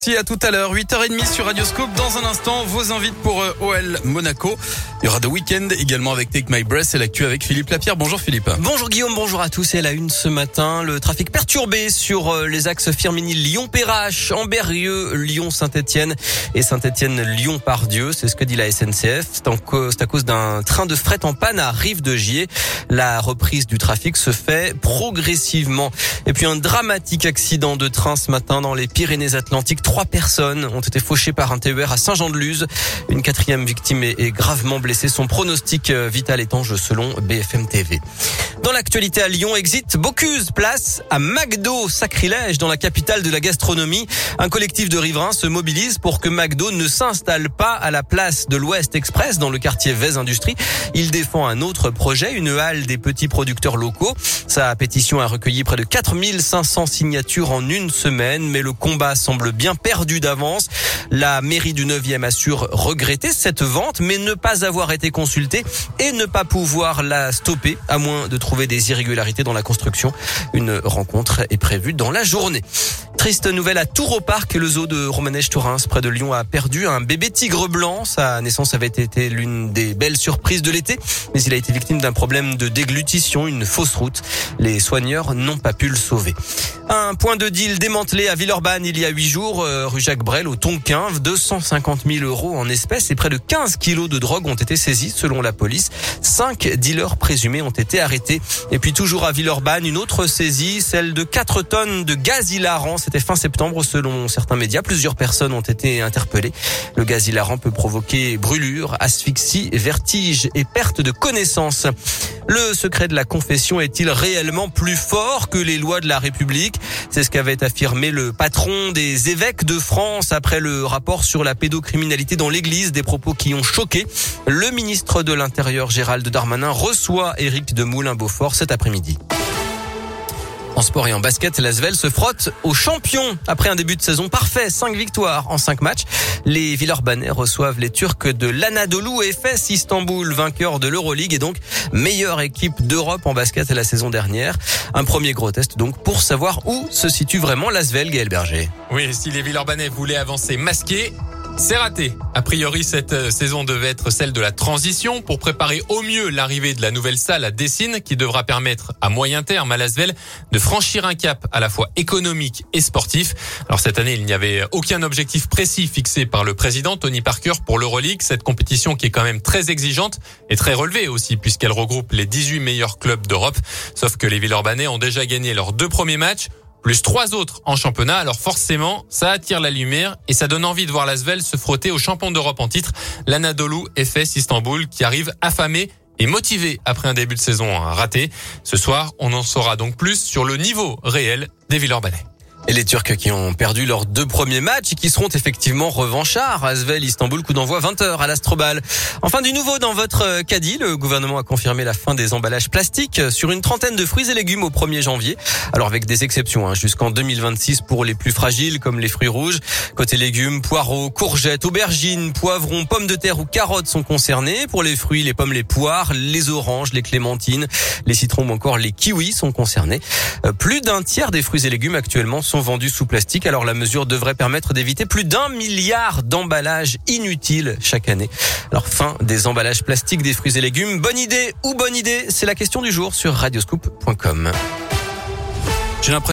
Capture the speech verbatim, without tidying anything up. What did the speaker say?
Si à tout à l'heure, huit heures trente sur Radioscope. Dans un instant, vos invites pour euh, O L Monaco. Il y aura The Weeknd également avec Take My Breath et l'actu avec Philippe Lapierre. Bonjour Philippe. Bonjour Guillaume, bonjour à tous. Et à la une ce matin, le trafic perturbé sur euh, les axes Firminy-Lyon-Perrache, Ambérieu, Lyon-Saint-Etienne et Saint-Etienne-Lyon-Pardieu. C'est ce que dit la S N C F. C'est, en cause, c'est à cause d'un train de fret en panne à Rive-de-Gier. La reprise du trafic se fait progressivement. Et puis un dramatique accident de train ce matin dans les Pyrénées-Atlantiques. Trois personnes ont été fauchées par un T E R à Saint-Jean-de-Luz. Une quatrième victime est, est gravement blessée. Son pronostic vital est en jeu selon B F M T V. Dans l'actualité à Lyon, exit Bocuse, place à McDo, sacrilège dans la capitale de la gastronomie. Un collectif de riverains se mobilise pour que McDo ne s'installe pas à la place de l'Ouest Express dans le quartier Vez Industrie. Il défend un autre projet, une halle des petits producteurs locaux. Sa pétition a recueilli près de quatre mille cinq cents signatures en une semaine, mais le combat semble bien perdu d'avance. La mairie du neuvième assure regretter cette vente, mais ne pas avoir été consultée et ne pas pouvoir la stopper, à moins de trouver des irrégularités dans la construction. Une rencontre est prévue dans la journée. Triste nouvelle à Tours au Parc, le zoo de Romanèche-Thorens près de Lyon a perdu un bébé tigre blanc. Sa naissance avait été l'une des belles surprises de l'été, mais il a été victime d'un problème de déglutition, une fausse route. Les soigneurs n'ont pas pu le sauver. Un point de deal démantelé à Villeurbanne il y a huit jours, euh, rue Jacques Brel au Tonquin. deux cent cinquante mille euros en espèces et près de quinze kilos de drogue ont été saisis selon la police. Cinq dealers présumés ont été arrêtés. Et puis toujours à Villeurbanne, une autre saisie, celle de quatre tonnes de gaz hilarant. C'était fin septembre selon certains médias. Plusieurs personnes ont été interpellées. Le gaz hilarant peut provoquer brûlure, asphyxie, vertige et perte de connaissance. Le secret de la confession est-il réellement plus fort que les lois de la République ? C'est ce qu'avait affirmé le patron des évêques de France après le rapport sur la pédocriminalité dans l'église, des propos qui ont choqué. Le ministre de l'Intérieur Gérald Darmanin reçoit Éric de Moulin-Beaufort cet après-midi. En sport et en basket, l'Asvel se frotte aux champions. Après un début de saison parfait, cinq victoires en cinq matchs. Les Villeurbanais reçoivent les Turcs de l'Anadolu Efes Istanbul, vainqueurs de l'Euroleague et donc meilleure équipe d'Europe en basket la saison dernière. Un premier gros test donc pour savoir où se situe vraiment l'Asvel, Gaël Berger. Oui, si les Villeurbanais voulaient avancer masqués, c'est raté. A priori, cette saison devait être celle de la transition pour préparer au mieux l'arrivée de la nouvelle salle à Dessines qui devra permettre à moyen terme à l'Asvel de franchir un cap à la fois économique et sportif. Alors cette année, il n'y avait aucun objectif précis fixé par le président Tony Parker pour l'Euroleague, cette compétition qui est quand même très exigeante et très relevée aussi puisqu'elle regroupe les dix-huit meilleurs clubs d'Europe. Sauf que les Villeurbanais ont déjà gagné leurs deux premiers matchs, plus trois autres en championnat, alors forcément, ça attire la lumière et ça donne envie de voir l'Asvel se frotter aux champions d'Europe en titre, l'Anadolu Efes Istanbul, qui arrive affamé et motivé après un début de saison raté. Ce soir, on en saura donc plus sur le niveau réel des Villeurbanais. Et les Turcs qui ont perdu leurs deux premiers matchs et qui seront effectivement revanchards. Asvel, Istanbul, coup d'envoi vingt heures à l'Astrobal. Enfin, du nouveau dans votre caddie, le gouvernement a confirmé la fin des emballages plastiques sur une trentaine de fruits et légumes au premier janvier. Alors avec des exceptions, hein, jusqu'en deux mille vingt-six pour les plus fragiles comme les fruits rouges. Côté légumes, poireaux, courgettes, aubergines, poivrons, pommes de terre ou carottes sont concernés. Pour les fruits, les pommes, les poires, les oranges, les clémentines, les citrons ou encore les kiwis sont concernés. Euh, plus d'un tiers des fruits et légumes actuellement sont vendus sous plastique. Alors la mesure devrait permettre d'éviter plus d'un milliard d'emballages inutiles chaque année. Alors fin des emballages plastiques des fruits et légumes. Bonne idée ou bonne idée ? C'est la question du jour sur radioscoop point com. J'ai l'impression